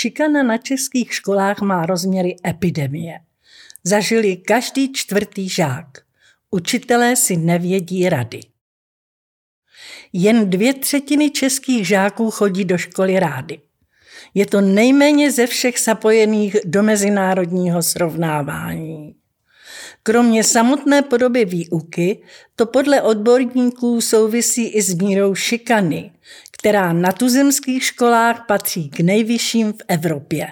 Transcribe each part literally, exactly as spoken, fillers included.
Šikana na českých školách má rozměry epidemie. Zažili každý čtvrtý žák. Učitelé si nevědí rady. Jen dvě třetiny českých žáků chodí do školy rády. Je to nejméně ze všech zapojených do mezinárodního srovnávání. Kromě samotné podoby výuky to podle odborníků souvisí i s mírou šikany, která na tuzemských školách patří k nejvyšším v Evropě.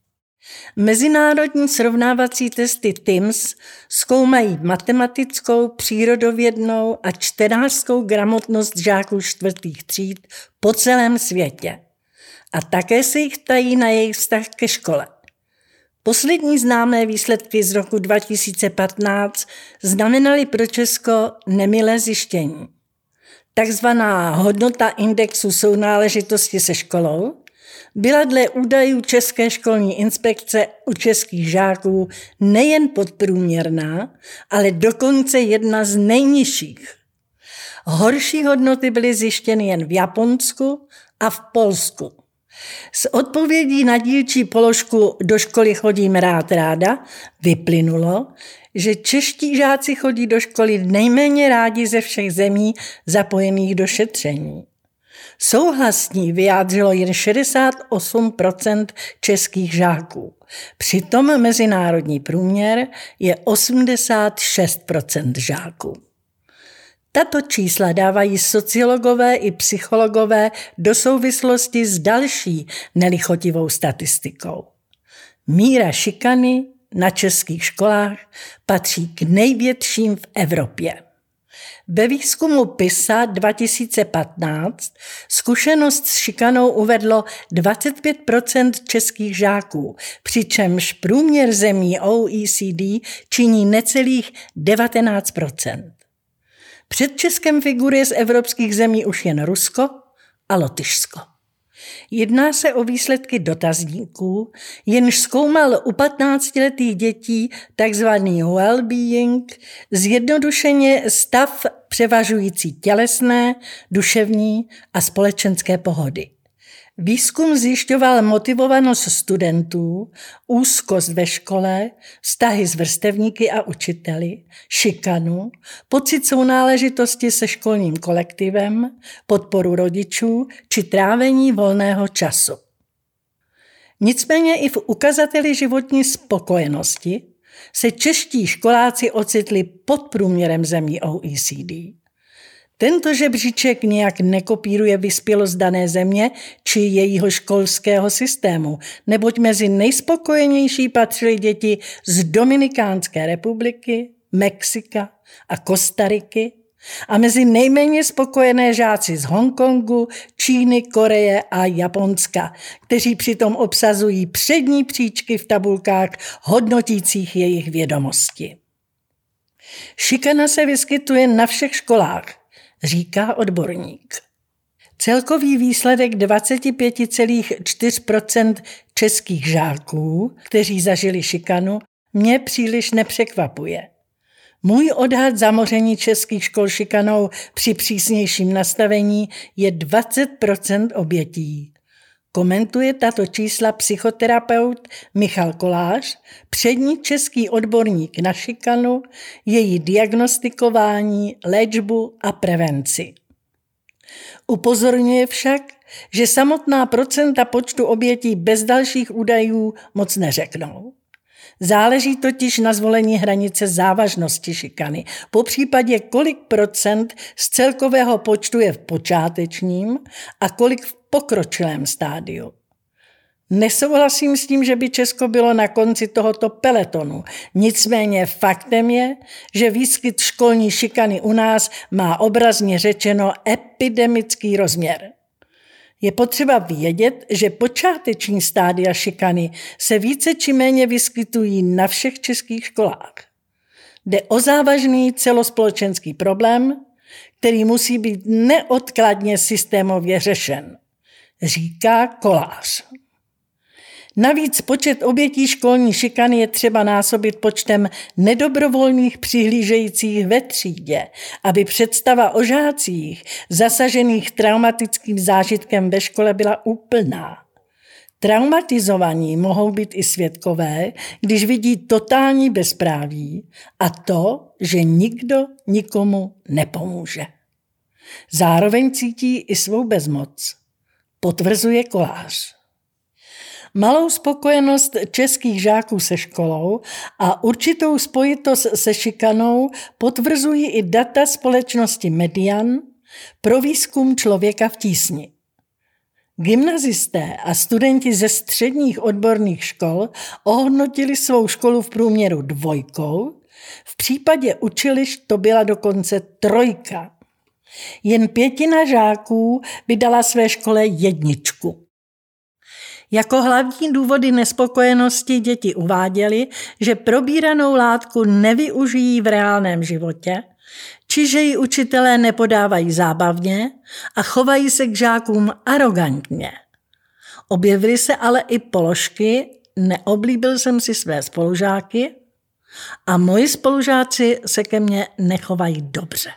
Mezinárodní srovnávací testy T I M S zkoumají matematickou, přírodovědnou a čtenářskou gramotnost žáků čtvrtých tříd po celém světě. A také se jich ptají na jejich vztah ke škole. Poslední známé výsledky z roku dva tisíce patnáct znamenaly pro Česko nemilé zjištění. Takzvaná hodnota indexu sounáležitosti se školou byla dle údajů České školní inspekce u českých žáků nejen podprůměrná, ale dokonce jedna z nejnižších. Horší hodnoty byly zjištěny jen v Japonsku a v Polsku. Z odpovědí na dílčí položku do školy chodím rád ráda vyplynulo, že čeští žáci chodí do školy nejméně rádi ze všech zemí zapojených do šetření. Souhlasní vyjádřilo jen šedesát osm procent českých žáků. Přitom mezinárodní průměr je osmdesát šest procent žáků. Tato čísla dávají sociologové i psychologové do souvislosti s další nelichotivou statistikou. Míra šikany na českých školách patří k největším v Evropě. Ve výzkumu PISA dva tisíce patnáct zkušenost s šikanou uvedlo dvacet pět procent českých žáků, přičemž průměr zemí O E C D činí necelých devatenáct procent. Před Českem figuruje z evropských zemí už jen Rusko a Lotyšsko. Jedná se o výsledky dotazníků, jenž zkoumal u patnáctiletých dětí takzvaný well-being, zjednodušeně stav převažující tělesné, duševní a společenské pohody. Výzkum zjišťoval motivovanost studentů, úzkost ve škole, vztahy s vrstevníky a učiteli, šikanu, pocit sounáležitosti se školním kolektivem, podporu rodičů či trávení volného času. Nicméně i v ukazateli životní spokojenosti se čeští školáci ocitli pod průměrem zemí O E C D. Tento žebříček nějak nekopíruje vyspělost dané země či jejího školského systému, neboť mezi nejspokojenější patřily děti z Dominikánské republiky, Mexika a Kostariky a mezi nejméně spokojené žáci z Hongkongu, Číny, Koreje a Japonska, kteří přitom obsazují přední příčky v tabulkách hodnotících jejich vědomosti. Šikana se vyskytuje na všech školách, říká odborník. Celkový výsledek dvacet pět celá čtyři procenta českých žáků, kteří zažili šikanu, mě příliš nepřekvapuje. Můj odhad zamoření českých škol šikanou při přísnějším nastavení je dvacet procent obětí. Komentuje tato čísla psychoterapeut Michal Kolář, přední český odborník na šikanu, její diagnostikování, léčbu a prevenci. Upozorňuje však, že samotná procenta počtu obětí bez dalších údajů moc neřeknou. Záleží totiž na zvolení hranice závažnosti šikany, popřípadě kolik procent z celkového počtu je v počátečním a kolik v pokročilém stádiu. Nesouhlasím s tím, že by Česko bylo na konci tohoto peletonu. Nicméně faktem je, že výskyt školní šikany u nás má obrazně řečeno epidemický rozměr. Je potřeba vědět, že počáteční stádia šikany se více či méně vyskytují na všech českých školách. Jde o závažný celospolečenský problém, který musí být neodkladně systémově řešen, říká Kolář. Navíc počet obětí školní šikany je třeba násobit počtem nedobrovolných přihlížejících ve třídě, aby představa o žácích zasažených traumatickým zážitkem ve škole byla úplná. Traumatizovaní mohou být i svědkové, když vidí totální bezpráví a to, že nikdo nikomu nepomůže. Zároveň cítí i svou bezmoc, potvrzuje Kolář. Malou spokojenost českých žáků se školou a určitou spojitost se šikanou potvrzují i data společnosti Median pro výzkum člověka v tísni. Gymnazisté a studenti ze středních odborných škol ohodnotili svou školu v průměru dvojkou, v případě učilišť to byla dokonce trojka. Jen pětina žáků by dala své škole jedničku. Jako hlavní důvody nespokojenosti děti uváděly, že probíranou látku nevyužijí v reálném životě, či že ji učitelé nepodávají zábavně a chovají se k žákům arogantně. Objevily se ale i položky neoblíbil jsem si své spolužáky a moji spolužáci se ke mně nechovají dobře.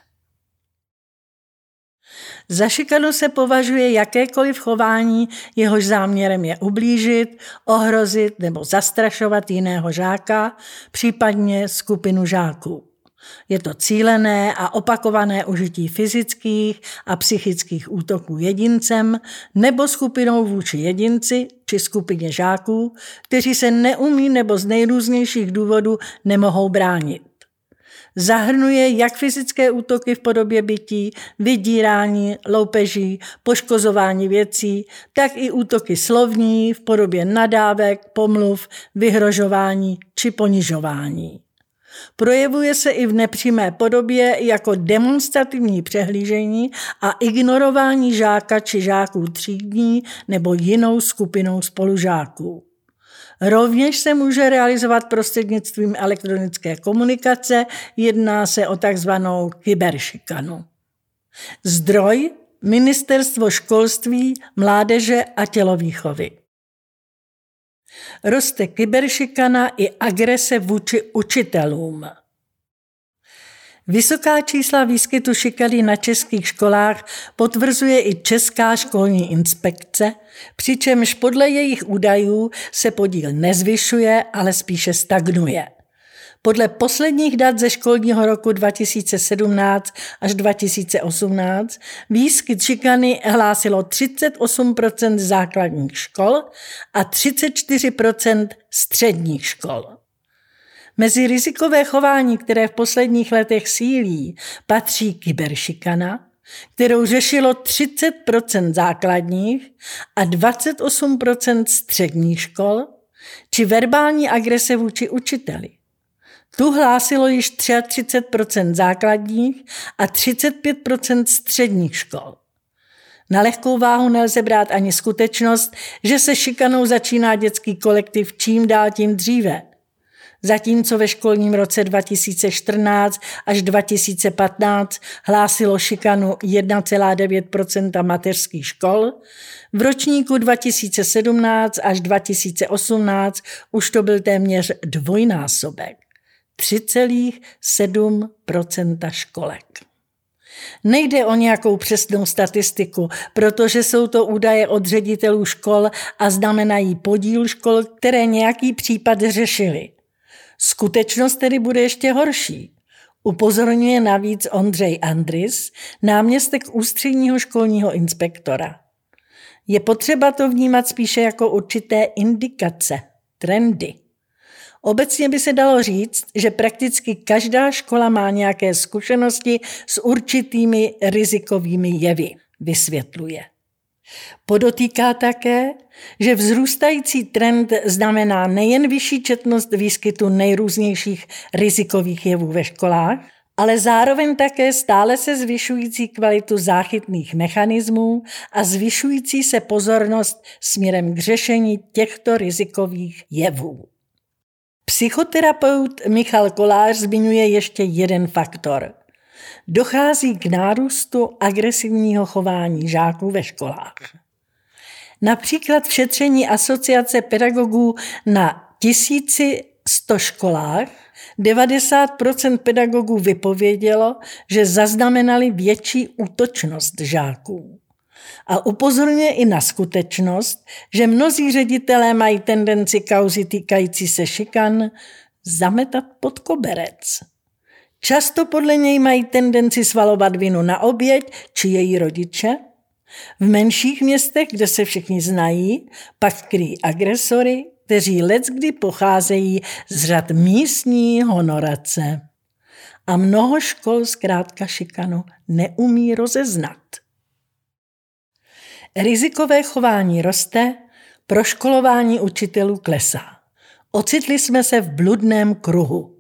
Za šikanu se považuje jakékoliv chování, jehož záměrem je ublížit, ohrozit nebo zastrašovat jiného žáka, případně skupinu žáků. Je to cílené a opakované užití fyzických a psychických útoků jedincem nebo skupinou vůči jedinci či skupině žáků, kteří se neumí nebo z nejrůznějších důvodů nemohou bránit. Zahrnuje jak fyzické útoky v podobě bití, vydírání, loupeží, poškozování věcí, tak i útoky slovní v podobě nadávek, pomluv, vyhrožování či ponižování. Projevuje se i v nepřímé podobě jako demonstrativní přehlížení a ignorování žáka či žáků třídní nebo jinou skupinou spolužáků. Rovněž se může realizovat prostřednictvím elektronické komunikace, jedná se o takzvanou kyberšikanu. Zdroj Ministerstvo školství, mládeže a tělovýchovy. Roste kyberšikana i agrese vůči učitelům. Vysoká čísla výskytu šikany na českých školách potvrzuje i Česká školní inspekce, přičemž podle jejich údajů se podíl nezvyšuje, ale spíše stagnuje. Podle posledních dat ze školního roku dva tisíce sedmnáct až dva tisíce osmnáct výskyt šikany hlásilo třicet osm procent základních škol a třicet čtyři procent středních škol. Mezi rizikové chování, které v posledních letech sílí, patří kyberšikana, kterou řešilo třicet procent základních a dvacet osm procent středních škol, či verbální agrese vůči učiteli. Tu hlásilo již třicet tři procent základních a třicet pět procent středních škol. Na lehkou váhu nelze brát ani skutečnost, že se šikanou začíná dětský kolektiv čím dál tím dříve. Zatímco ve školním roce dva tisíce čtrnáct až dva tisíce patnáct hlásilo šikanu jedna celá devět procenta mateřských škol, v ročníku dva tisíce sedmnáct až dva tisíce osmnáct už to byl téměř dvojnásobek. tři celá sedm procenta školek. Nejde o nějakou přesnou statistiku, protože jsou to údaje od ředitelů škol a znamenají podíl škol, které nějaký případ řešily. Skutečnost tedy bude ještě horší. Upozorňuje navíc Ondřej Andris, náměstek ústředního školního inspektora. Je potřeba to vnímat spíše jako určité indikace, trendy. Obecně by se dalo říct, že prakticky každá škola má nějaké zkušenosti s určitými rizikovými jevy, vysvětluje. Podotýká také, že vzrůstající trend znamená nejen vyšší četnost výskytu nejrůznějších rizikových jevů ve školách, ale zároveň také stále se zvyšující kvalitu záchytných mechanismů a zvyšující se pozornost směrem k řešení těchto rizikových jevů. Psychoterapeut Michal Kolář zmiňuje ještě jeden faktor. Dochází k nárůstu agresivního chování žáků ve školách. Například v šetření Asociace pedagogů na tisíc sto školách devadesát procent pedagogů vypovědělo, že zaznamenali větší útočnost žáků. A upozorňuje i na skutečnost, že mnozí ředitelé mají tendenci kauzy týkající se šikan zametat pod koberec. Často podle něj mají tendenci svalovat vinu na oběť či její rodiče. V menších městech, kde se všichni znají, pak kryjí agresory, kteří leckdy pocházejí z řad místní honorace. A mnoho škol zkrátka šikanu neumí rozeznat. Rizikové chování roste, proškolování učitelů klesá. Ocitli jsme se v bludném kruhu.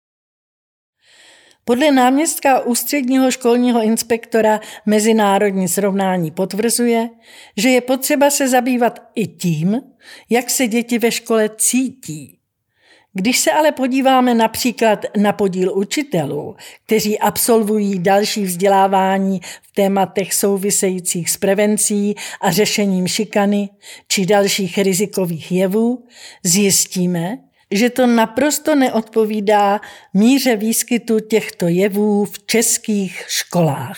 Podle náměstka ústředního školního inspektora mezinárodní srovnání potvrzuje, že je potřeba se zabývat i tím, jak se děti ve škole cítí. Když se ale podíváme například na podíl učitelů, kteří absolvují další vzdělávání v tématech souvisejících s prevencí a řešením šikany či dalších rizikových jevů, zjistíme, že to naprosto neodpovídá míře výskytu těchto jevů v českých školách.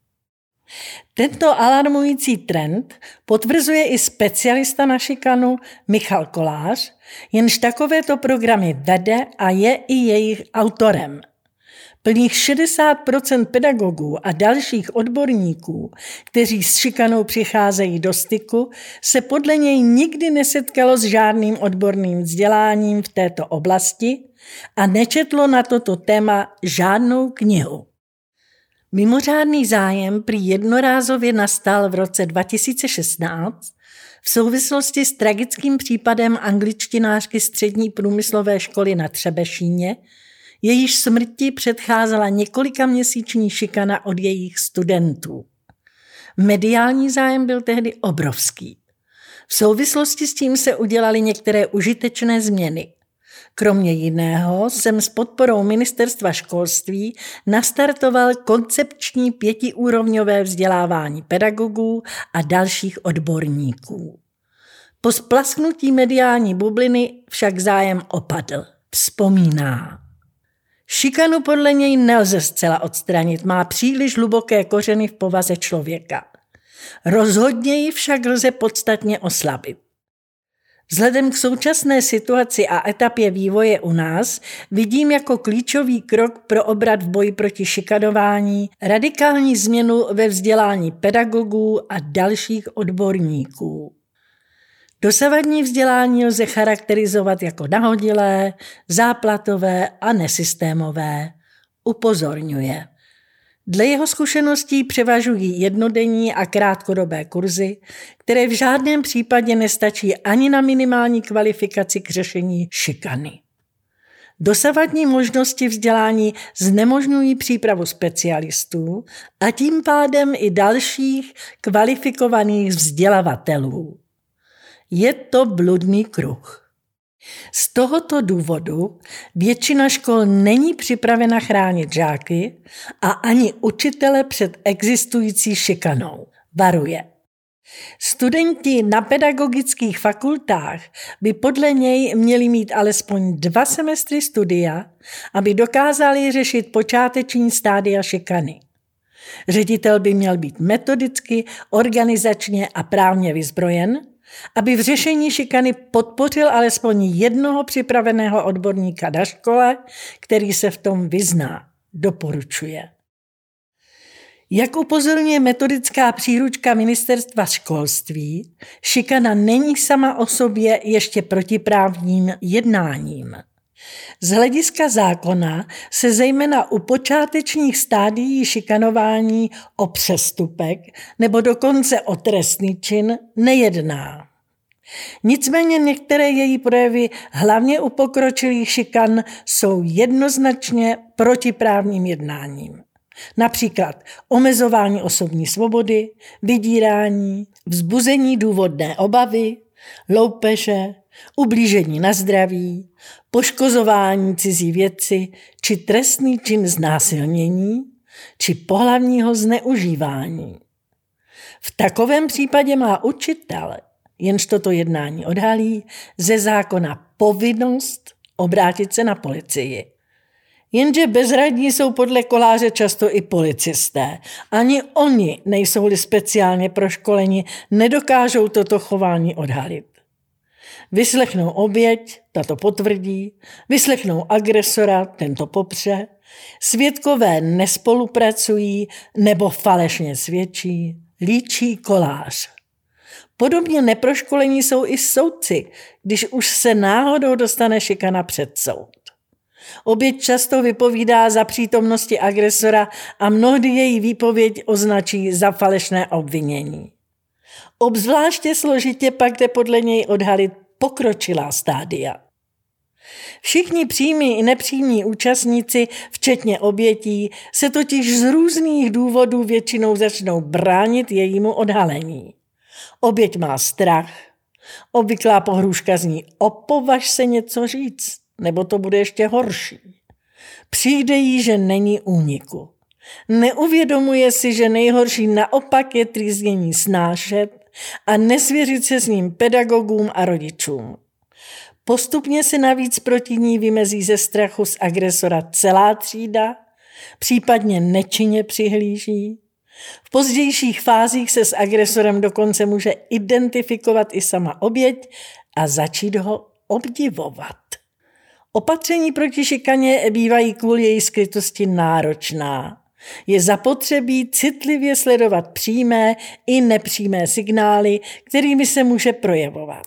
Tento alarmující trend potvrzuje i specialista na šikanu Michal Kolář, jenž takovéto programy vede a je i jejich autorem. Plných šedesát procent pedagogů a dalších odborníků, kteří s šikanou přicházejí do styku, se podle něj nikdy nesetkalo s žádným odborným vzděláním v této oblasti a nečetlo na toto téma žádnou knihu. Mimořádný zájem prý jednorázově nastal v roce dva tisíce šestnáct v souvislosti s tragickým případem angličtinářky střední průmyslové školy na Třebešíně, jejíž smrti předcházela několikaměsíční šikana od jejich studentů. Mediální zájem byl tehdy obrovský. V souvislosti s tím se udělaly některé užitečné změny. Kromě jiného jsem s podporou Ministerstva školství nastartoval koncepční pětiúrovňové vzdělávání pedagogů a dalších odborníků. Po splasknutí mediální bubliny však zájem opadl. Vzpomíná. Šikanu podle něj nelze zcela odstranit, má příliš hluboké kořeny v povaze člověka. Rozhodně ji však lze podstatně oslabit. Vzhledem k současné situaci a etapě vývoje u nás vidím jako klíčový krok pro obrat v boji proti šikanování radikální změnu ve vzdělání pedagogů a dalších odborníků. Dosavadní vzdělání lze charakterizovat jako nahodilé, záplatové a nesystémové, upozorňuje. Dle jeho zkušeností převažují jednodenní a krátkodobé kurzy, které v žádném případě nestačí ani na minimální kvalifikaci k řešení šikany. Dosavadní možnosti vzdělání znemožňují přípravu specialistů a tím pádem i dalších kvalifikovaných vzdělavatelů. Je to bludný kruh. Z tohoto důvodu většina škol není připravena chránit žáky a ani učitele před existující šikanou, varuje. Studenti na pedagogických fakultách by podle něj měli mít alespoň dva semestry studia, aby dokázali řešit počáteční stádia šikany. Ředitel by měl být metodicky, organizačně a právně vyzbrojen, aby v řešení šikany podpořil alespoň jednoho připraveného odborníka na škole, který se v tom vyzná, doporučuje. Jak upozorňuje metodická příručka Ministerstva školství, šikana není sama o sobě ještě protiprávním jednáním. Z hlediska zákona se zejména u počátečních stádií šikanování o přestupek nebo dokonce o trestný čin nejedná. Nicméně některé její projevy, hlavně u pokročilých šikan, jsou jednoznačně protiprávním jednáním. Například omezování osobní svobody, vydírání, vzbuzení důvodné obavy, loupeže, ublížení na zdraví, poškozování cizí věci či trestný čin znásilnění či pohlavního zneužívání. V takovém případě má učitel, jenž toto jednání odhalí, ze zákona povinnost obrátit se na policii. Jenže bezradní jsou podle Koláře často i policisté. Ani oni, nejsou-li speciálně proškoleni, nedokážou toto chování odhalit. Vyslechnou oběť, ta to potvrdí, vyslechnou agresora, ten to popře, svědkové nespolupracují nebo falešně svědčí, líčí Kolář. Podobně neproškolení jsou i soudci, když už se náhodou dostane šikana před soud. Oběť často vypovídá za přítomnosti agresora a mnohdy její výpověď označí za falešné obvinění. Obzvláště složitě pak jde podle něj odhalit pokročilá stádia. Všichni přímí i nepřímí účastníci, včetně obětí, se totiž z různých důvodů většinou začnou bránit jejímu odhalení. Oběť má strach, obvyklá pohrůžka zní opovaž se něco říct, nebo to bude ještě horší. Přijde jí, že není úniku. Neuvědomuje si, že nejhorší naopak je trýznění snášet a nesvěřit se s ním pedagogům a rodičům. Postupně se navíc proti ní vymezí ze strachu z agresora celá třída, případně nečinně přihlíží. V pozdějších fázích se s agresorem dokonce může identifikovat i sama oběť a začít ho obdivovat. Opatření proti šikaně bývají kvůli její skrytosti náročná. Je zapotřebí citlivě sledovat přímé i nepřímé signály, kterými se může projevovat.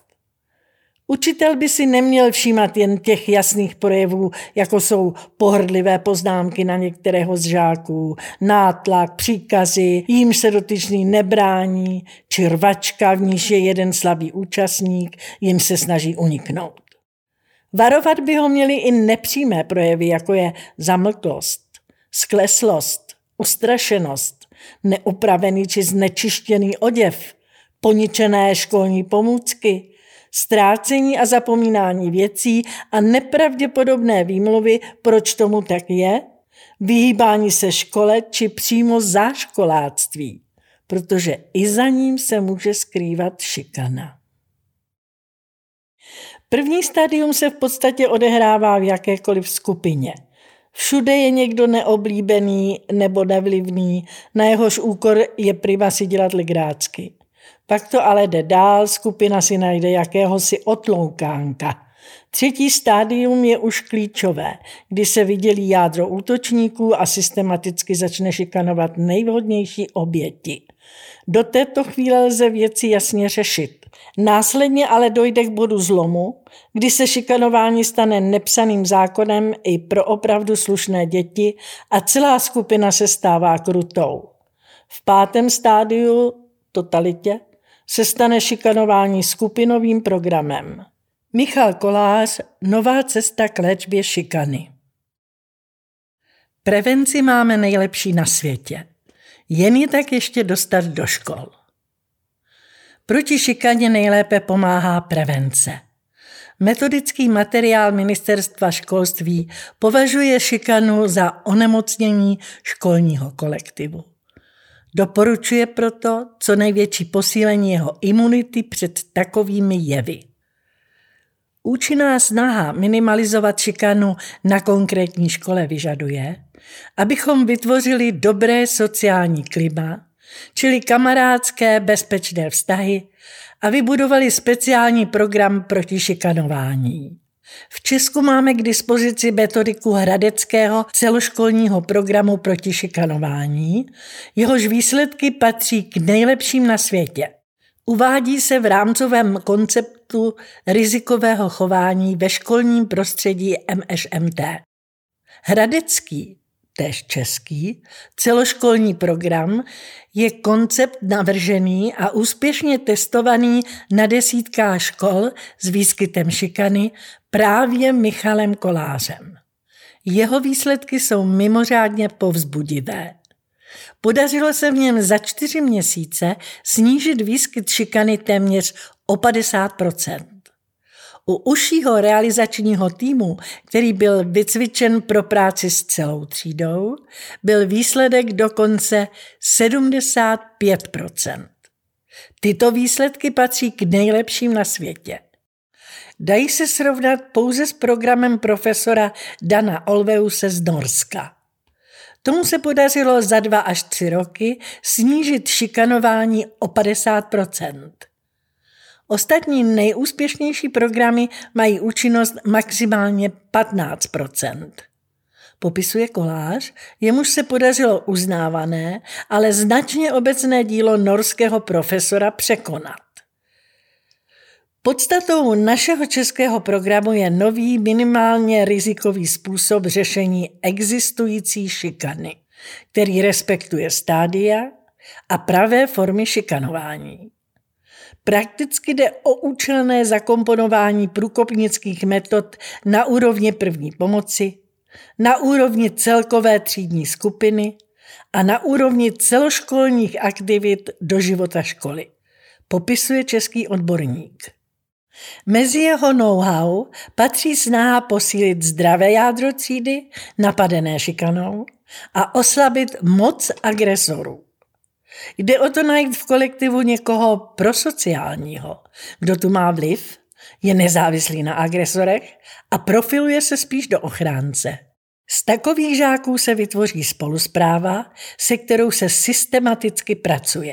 Učitel by si neměl všímat jen těch jasných projevů, jako jsou pohrdlivé poznámky na některého z žáků, nátlak, příkazy, jímž se dotyčný nebrání, či rvačka, v níž je jeden slabý účastník, jim se snaží uniknout. Varovat by ho měly i nepřímé projevy, jako je zamlklost, skleslost, ustrašenost, neupravený či znečištěný oděv, poničené školní pomůcky, ztrácení a zapomínání věcí a nepravděpodobné výmluvy, proč tomu tak je, vyhýbání se škole či přímo záškoláctví, protože i za ním se může skrývat šikana. První stadium se v podstatě odehrává v jakékoliv skupině. Všude je někdo neoblíbený nebo nevlivný, na jehož úkor je prima si dělat legrácky. Pak to ale jde dál, skupina si najde jakéhosi otloukánka. Třetí stádium je už klíčové, kdy se vydělí jádro útočníků a systematicky začne šikanovat nejvhodnější oběti. Do této chvíle lze věci jasně řešit. Následně ale dojde k bodu zlomu, kdy se šikanování stane nepsaným zákonem i pro opravdu slušné děti a celá skupina se stává krutou. V pátém stádiu, totalitě, se stane šikanování skupinovým programem. Michal Kolář, Nová cesta k léčbě šikany. Prevenci máme nejlepší na světě. Jen ji tak ještě dostat do škol. Proti šikaně nejlépe pomáhá prevence. Metodický materiál Ministerstva školství považuje šikanu za onemocnění školního kolektivu. Doporučuje proto co největší posílení jeho imunity před takovými jevy. Účinná snaha minimalizovat šikanu na konkrétní škole vyžaduje, abychom vytvořili dobré sociální klima, čili kamarádské bezpečné vztahy a vybudovali speciální program proti šikanování. V Česku máme k dispozici metodiku hradeckého celoškolního programu proti šikanování, jehož výsledky patří k nejlepším na světě. Uvádí se v rámcovém konceptu rizikového chování ve školním prostředí M Š M T. Hradecký, též český, celoškolní program je koncept navržený a úspěšně testovaný na desítkách škol s výskytem šikany právě Michalem Kolářem. Jeho výsledky jsou mimořádně povzbudivé. Podařilo se v něm za čtyři měsíce snížit výskyt šikany téměř o padesát procent. U užšího realizačního týmu, který byl vycvičen pro práci s celou třídou, byl výsledek dokonce sedmdesát pět procent. Tyto výsledky patří k nejlepším na světě. Dají se srovnat pouze s programem profesora Dana Olveuse z Norska. Tomu se podařilo za dva až tři roky snížit šikanování o padesát procent. Ostatní nejúspěšnější programy mají účinnost maximálně patnáct procent. Popisuje Kolář, jemuž se podařilo uznávané, ale značně obecné dílo norského profesora překonat. Podstatou našeho českého programu je nový minimálně rizikový způsob řešení existující šikany, který respektuje stádia a pravé formy šikanování. Prakticky jde o účelné zakomponování průkopnických metod na úrovni první pomoci, na úrovni celkové třídní skupiny a na úrovni celoškolních aktivit do života školy, popisuje český odborník. Mezi jeho know-how patří snaha posílit zdravé jádro třídy, napadené šikanou, a oslabit moc agresorů. Jde o to najít v kolektivu někoho prosociálního, kdo tu má vliv, je nezávislý na agresorech a profiluje se spíš do ochránce. Z takových žáků se vytvoří spoluspráva, se kterou se systematicky pracuje.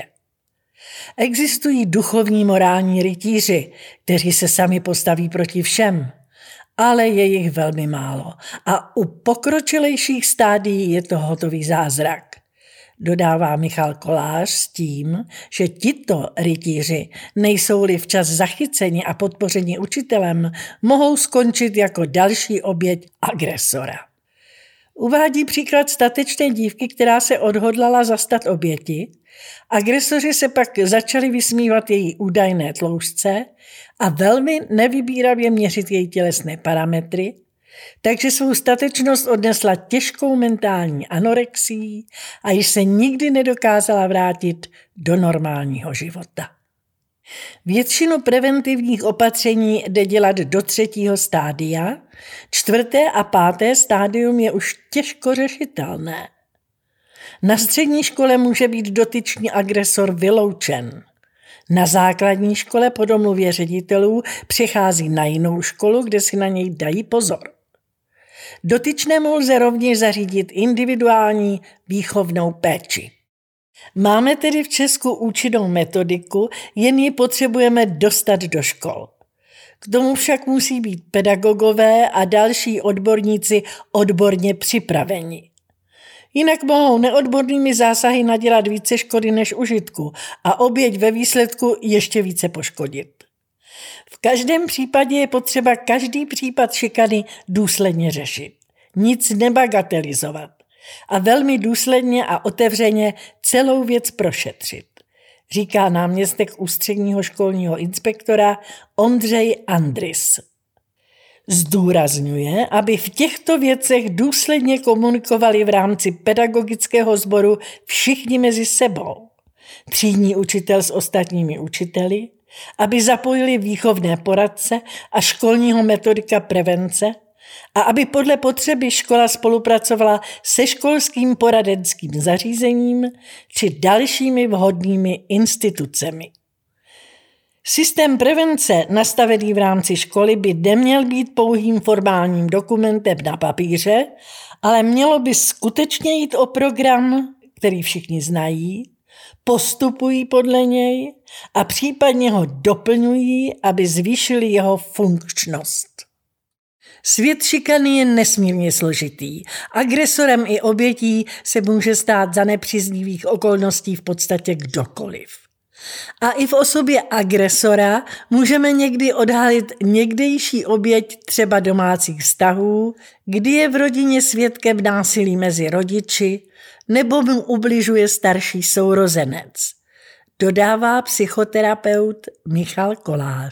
Existují duchovní morální rytíři, kteří se sami postaví proti všem, ale je jich velmi málo a u pokročilejších stádií je to hotový zázrak. Dodává Michal Kolář s tím, že tito rytíři, nejsou-li včas zachyceni a podpořeni učitelem, mohou skončit jako další oběť agresora. Uvádí příklad statečné dívky, která se odhodlala zastat oběti. Agresoři se pak začali vysmívat její údajné tloušťce a velmi nevybíravě měřit její tělesné parametry, takže svou statečnost odnesla těžkou mentální anorexií a již se nikdy nedokázala vrátit do normálního života. Většinu preventivních opatření jde dělat do třetího stádia, čtvrté a páté stádium je už těžko řešitelné. Na střední škole může být dotyčný agresor vyloučen. Na základní škole po domluvě ředitelů přechází na jinou školu, kde si na něj dají pozor. Dotyčnému lze rovněž zařídit individuální výchovnou péči. Máme tedy v Česku účinnou metodiku, jen ji potřebujeme dostat do škol. K tomu však musí být pedagogové a další odborníci odborně připraveni. Jinak mohou neodbornými zásahy nadělat více škody než užitku a oběť ve výsledku ještě více poškodit. V každém případě je potřeba každý případ šikany důsledně řešit, nic nebagatelizovat a velmi důsledně a otevřeně celou věc prošetřit, říká náměstek ústředního školního inspektora Ondřej Andrys. Zdůrazňuje, aby v těchto věcech důsledně komunikovali v rámci pedagogického sboru všichni mezi sebou. Třídní učitel s ostatními učiteli, aby zapojili výchovné poradce a školního metodika prevence a aby podle potřeby škola spolupracovala se školským poradenským zařízením či dalšími vhodnými institucemi. Systém prevence nastavený v rámci školy by neměl být pouhým formálním dokumentem na papíře, ale mělo by skutečně jít o program, který všichni znají, postupují podle něj a případně ho doplňují, aby zvýšili jeho funkčnost. Svět šikany je nesmírně složitý. Agresorem i obětí se může stát za nepříznivých okolností v podstatě kdokoliv. A i v osobě agresora můžeme někdy odhalit někdejší oběť třeba domácích vztahů, kdy je v rodině svědkem násilí mezi rodiči nebo mu ubližuje starší sourozenec, dodává psychoterapeut Michal Kolář.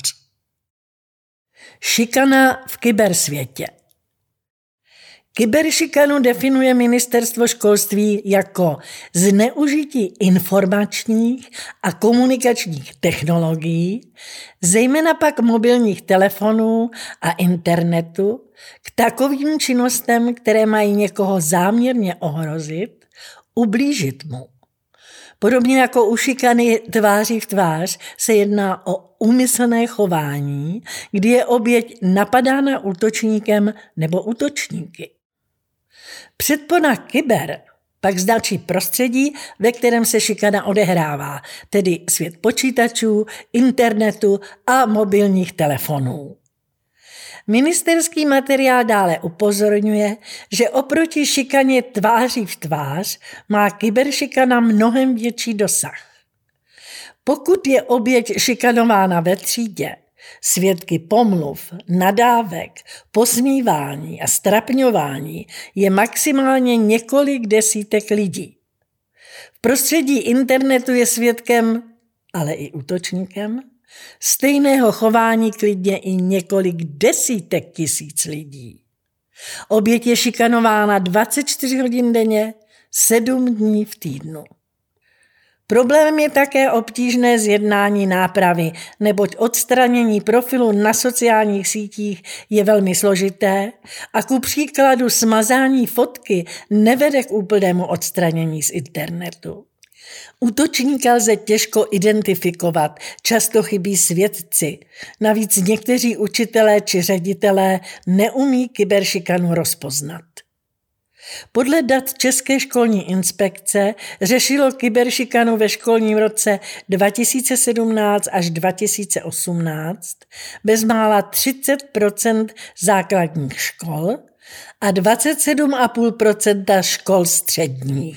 Šikana v kybersvětě. Kyberšikanu definuje Ministerstvo školství jako zneužití informačních a komunikačních technologií, zejména pak mobilních telefonů a internetu, k takovým činnostem, které mají někoho záměrně ohrozit, ublížit mu. Podobně jako u šikany tváří v tvář se jedná o úmyslné chování, kdy je oběť napadána útočníkem nebo útočníky. Předpona kyber pak značí prostředí, ve kterém se šikana odehrává, tedy svět počítačů, internetu a mobilních telefonů. Ministerský materiál dále upozorňuje, že oproti šikaně tváří v tvář má kyberšikana mnohem větší dosah. Pokud je oběť šikanována ve třídě, svědky pomluv, nadávek, posmívání a strapňování je maximálně několik desítek lidí. V prostředí internetu je svědkem, ale i útočníkem, stejného chování klidně i několik desítek tisíc lidí. Oběť je šikanována dvacet čtyři hodin denně, sedm dní v týdnu. Problém je také obtížné zjednání nápravy, neboť odstranění profilu na sociálních sítích je velmi složité a ku příkladu smazání fotky nevede k úplnému odstranění z internetu. Útočníka lze těžko identifikovat, často chybí svědci. Navíc někteří učitelé či ředitelé neumí kyberšikanu rozpoznat. Podle dat České školní inspekce řešilo kyberšikanu ve školním roce dva tisíce sedmnáct až dva tisíce osmnáct bezmála třicet procent základních škol a dvacet sedm celá pět procenta škol středních.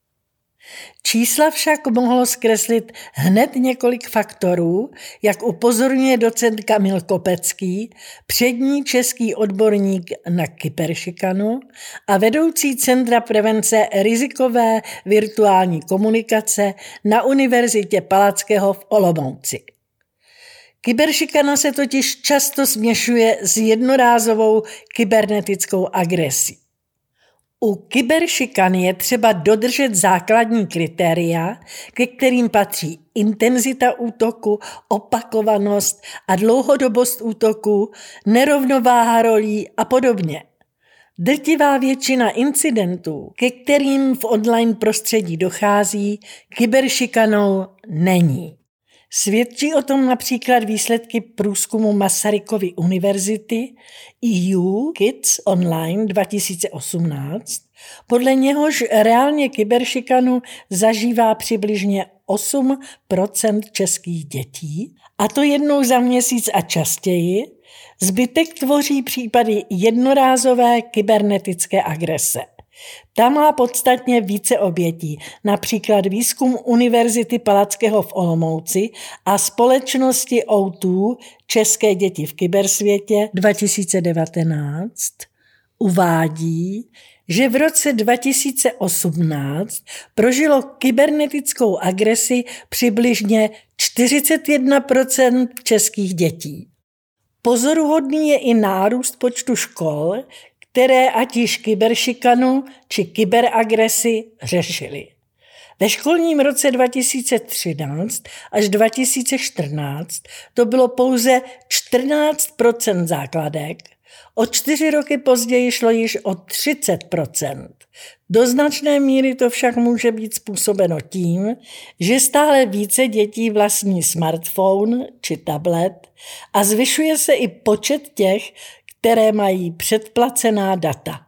Čísla však mohlo zkreslit hned několik faktorů, jak upozorňuje docent Kamil Kopecký, přední český odborník na kyberšikanu a vedoucí Centra prevence rizikové virtuální komunikace na Univerzitě Palackého v Olomouci. Kyberšikana se totiž často směšuje s jednorázovou kybernetickou agresí. U kyberšikany je třeba dodržet základní kritéria, ke kterým patří intenzita útoku, opakovanost a dlouhodobost útoku, nerovnováha rolí a podobně. Drtivá většina incidentů, ke kterým v online prostředí dochází, kyberšikanou není. Svědčí o tom například výsledky průzkumu Masarykovy univerzity E U Kids Online dva tisíce osmnáct, podle něhož reálně kyberšikanu zažívá přibližně osm procent českých dětí, a to jednou za měsíc a častěji. Zbytek tvoří případy jednorázové kybernetické agrese. Ta má podstatně více obětí, například výzkum Univerzity Palackého v Olomouci a společnosti O dva České děti v kybersvětě dva tisíce devatenáct uvádí, že v roce dva tisíce osmnáct prožilo kybernetickou agresi přibližně čtyřicet jedna procent českých dětí. Pozoruhodný je i nárůst počtu škol, které ať již kyberšikanu či kyberagresi řešily. Ve školním roce dva tisíce třináct až dva tisíce čtrnáct to bylo pouze čtrnáct procent základek, o čtyři roky později šlo již o třicet procent. Do značné míry to však může být způsobeno tím, že stále více dětí vlastní smartphone či tablet a zvyšuje se i počet těch, které mají předplacená data.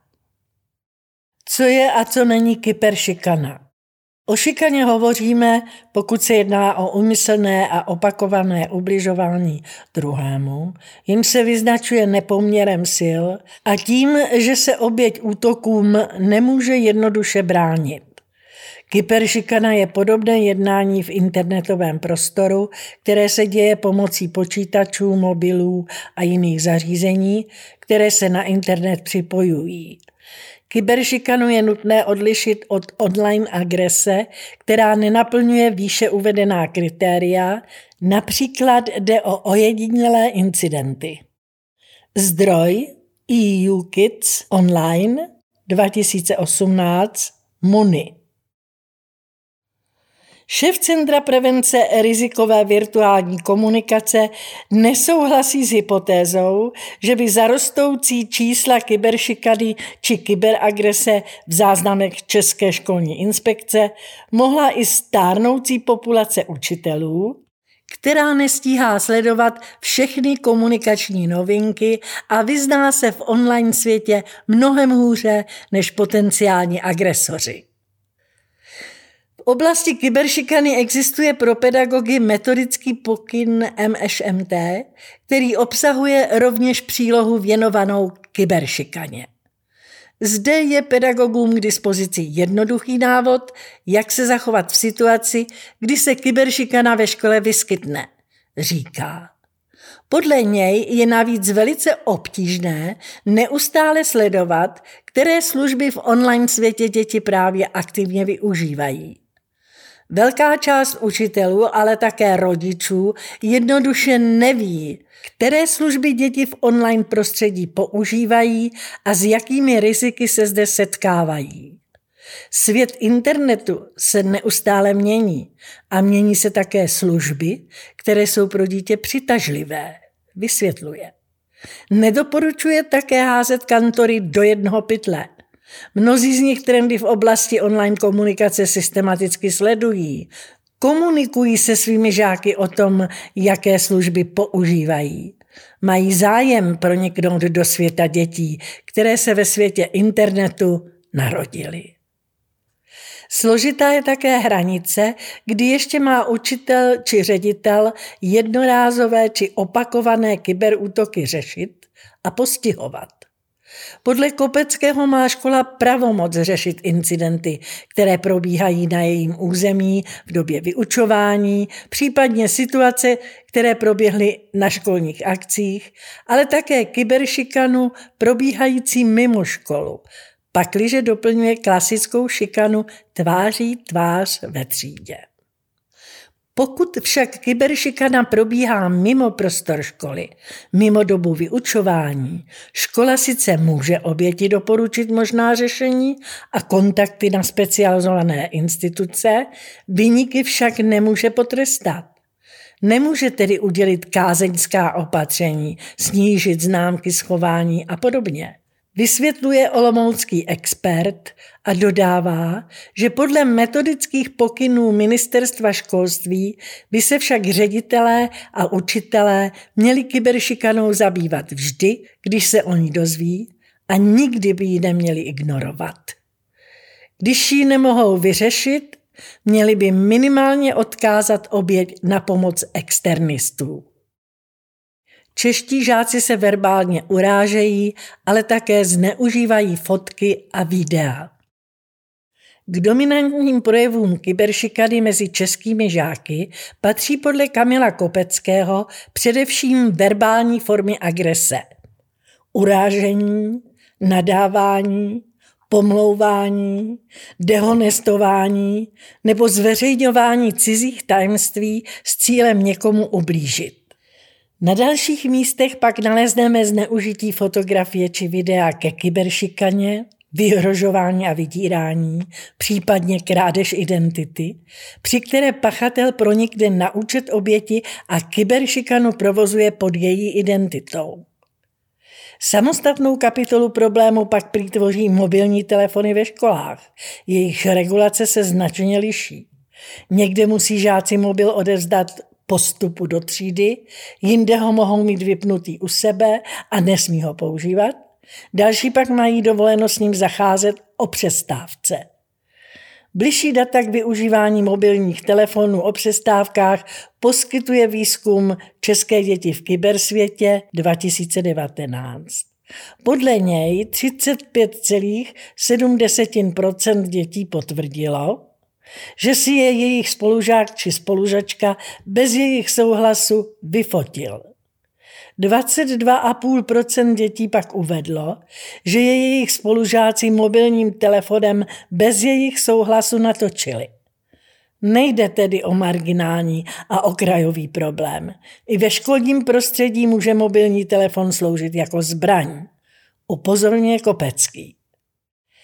Co je a co není kyberšikana? O šikaně hovoříme, pokud se jedná o úmyslné a opakované ubližování druhému, jim se vyznačuje nepoměrem sil a tím, že se oběť útokům nemůže jednoduše bránit. Kyberšikana je podobné jednání v internetovém prostoru, které se děje pomocí počítačů, mobilů a jiných zařízení, které se na internet připojují. Kyberšikanu je nutné odlišit od online agrese, která nenaplňuje výše uvedená kritéria, například jde o ojedinělé incidenty. Zdroj E U Kids Online dva tisíce osmnáct Muni. Šéf Centra prevence rizikové virtuální komunikace nesouhlasí s hypotézou, že by za rostoucí čísla kyberšikany či kyberagrese v záznamech České školní inspekce mohla i stárnoucí populace učitelů, která nestíhá sledovat všechny komunikační novinky a vyzná se v online světě mnohem hůře než potenciální agresoři. V oblasti kyberšikany existuje pro pedagogy metodický pokyn M Š M T, který obsahuje rovněž přílohu věnovanou kyberšikaně. Zde je pedagogům k dispozici jednoduchý návod, jak se zachovat v situaci, kdy se kyberšikana ve škole vyskytne, říká. Podle něj je navíc velice obtížné neustále sledovat, které služby v online světě děti právě aktivně využívají. Velká část učitelů, ale také rodičů jednoduše neví, které služby děti v online prostředí používají a s jakými riziky se zde setkávají. Svět internetu se neustále mění a mění se také služby, které jsou pro dítě přitažlivé, vysvětluje. Nedoporučuje také házet kantory do jednoho pytle. Mnozí z nich trendy v oblasti online komunikace systematicky sledují. Komunikují se svými žáky o tom, jaké služby používají. Mají zájem proniknout do světa dětí, které se ve světě internetu narodily. Složitá je také hranice, kdy ještě má učitel či ředitel jednorázové či opakované kyberútoky řešit a postihovat. Podle Kopeckého má škola pravomoc řešit incidenty, které probíhají na jejím území v době vyučování, případně situace, které proběhly na školních akcích, ale také kyberšikanu probíhající mimo školu, pakliže doplňuje klasickou šikanu tváří tvář ve třídě. Pokud však kyberšikana probíhá mimo prostor školy, mimo dobu vyučování, škola sice může oběti doporučit možná řešení a kontakty na specializované instituce, viníky však nemůže potrestat. Nemůže tedy udělit kázeňská opatření, snížit známky schování a podobně. Vysvětluje olomoucký expert a dodává, že podle metodických pokynů Ministerstva školství by se však ředitelé a učitelé měli kyberšikanou zabývat vždy, když se o ní dozví, a nikdy by ji neměli ignorovat. Když ji nemohou vyřešit, měli by minimálně odkázat oběť na pomoc externistů. Čeští žáci se verbálně urážejí, ale také zneužívají fotky a videa. K dominantním projevům kyberšikany mezi českými žáky patří podle Kamila Kopeckého především verbální formy agrese. Urážení, nadávání, pomlouvání, dehonestování nebo zveřejňování cizích tajemství s cílem někomu ublížit. Na dalších místech pak nalezneme zneužití fotografie či videa ke kyberšikaně, vyhrožování a vydírání, případně krádež identity, při které pachatel pronikne na účet oběti a kyberšikanu provozuje pod její identitou. Samostatnou kapitolu problému pak prý tvoří mobilní telefony ve školách. Jejich regulace se značně liší. Někde musí žáci mobil odevzdat po vstupu do třídy, jinde ho mohou mít vypnutý u sebe a nesmí ho používat. Další pak mají dovoleno s ním zacházet o přestávce. Bližší data k využívání mobilních telefonů o přestávkách poskytuje výzkum České děti v kybersvětě dva tisíce devatenáct. Podle něj třicet pět celá sedm procenta dětí potvrdilo, že si je jejich spolužák či spolužačka bez jejich souhlasu vyfotil. dvacet dva celá pět procenta dětí pak uvedlo, že je jejich spolužáci mobilním telefonem bez jejich souhlasu natočili. Nejde tedy o marginální a okrajový problém. I ve školním prostředí může mobilní telefon sloužit jako zbraň, upozorňuje Kopecký.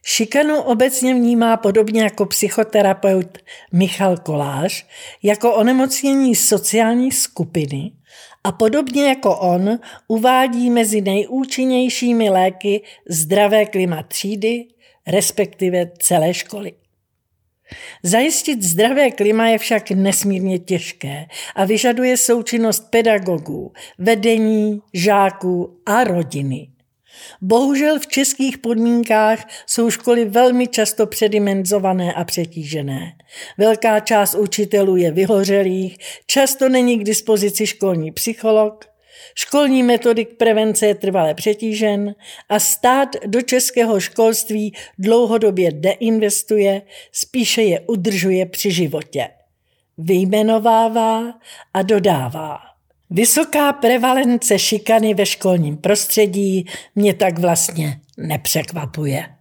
Šikanu obecně vnímá podobně jako psychoterapeut Michal Kolář jako onemocnění sociální skupiny a podobně jako on uvádí mezi nejúčinnějšími léky zdravé klima třídy, respektive celé školy. Zajistit zdravé klima je však nesmírně těžké a vyžaduje součinnost pedagogů, vedení, žáků a rodiny. Bohužel v českých podmínkách jsou školy velmi často předimenzované a přetížené. Velká část učitelů je vyhořelých, často není k dispozici školní psycholog, školní metodik prevence je trvale přetížen a stát do českého školství dlouhodobě deinvestuje, spíše je udržuje při životě. Vyjmenovává a dodává. Vysoká prevalence šikany ve školním prostředí mě tak vlastně nepřekvapuje.